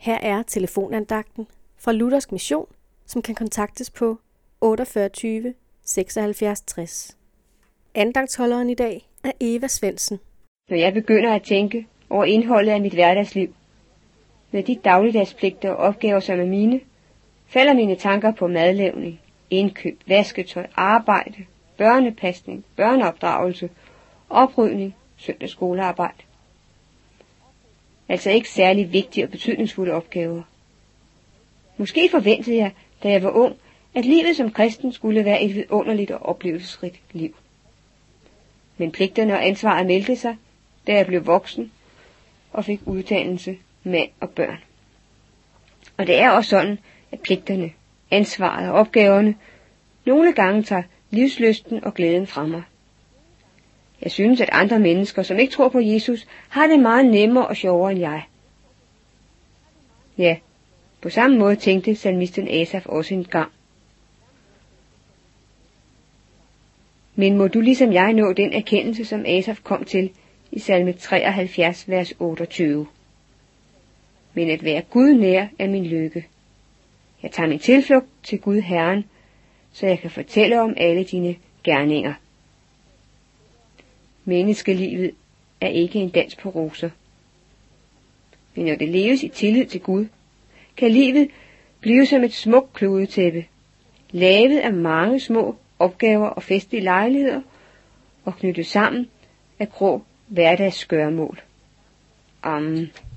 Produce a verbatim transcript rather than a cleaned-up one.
Her er telefonandagten fra Luthersk Mission, som kan kontaktes på otteogfyrre tyve seksoghalvfjerds tres. Andagtsholderen i dag er Eva Svendsen. Når jeg begynder at tænke over indholdet af mit hverdagsliv, med de dagligdagspligter og opgaver, som er mine, falder mine tanker på madlavning, indkøb, vasketøj, arbejde, børnepasning, børneopdragelse, oprydning, søndagsskolearbejde. Altså ikke særlig vigtige og betydningsfulde opgaver. Måske forventede jeg, da jeg var ung, at livet som kristen skulle være et vidunderligt og oplevelsesrigt liv. Men pligterne og ansvaret meldte sig, da jeg blev voksen og fik uddannelse, mand og børn. Og det er også sådan, at pligterne, ansvaret og opgaverne nogle gange tager livslysten og glæden fra mig. Jeg synes, at andre mennesker, som ikke tror på Jesus, har det meget nemmere og sjovere end jeg. Ja, på samme måde tænkte salmisten Asaf også en gang. Men må du ligesom jeg nå den erkendelse, som Asaf kom til i salme treoghalvfjerds, vers otteogtyve. Men at være Gud nær er min lykke. Jeg tager min tilflugt til Gud Herren, så jeg kan fortælle om alle dine gerninger. Menneskelivet er ikke en dans på roser. Men når det leves i tillid til Gud, kan livet blive som et smukt kludetæppe, lavet af mange små opgaver og festlige lejligheder, og knyttet sammen af grå hverdagsgøremål. Amen.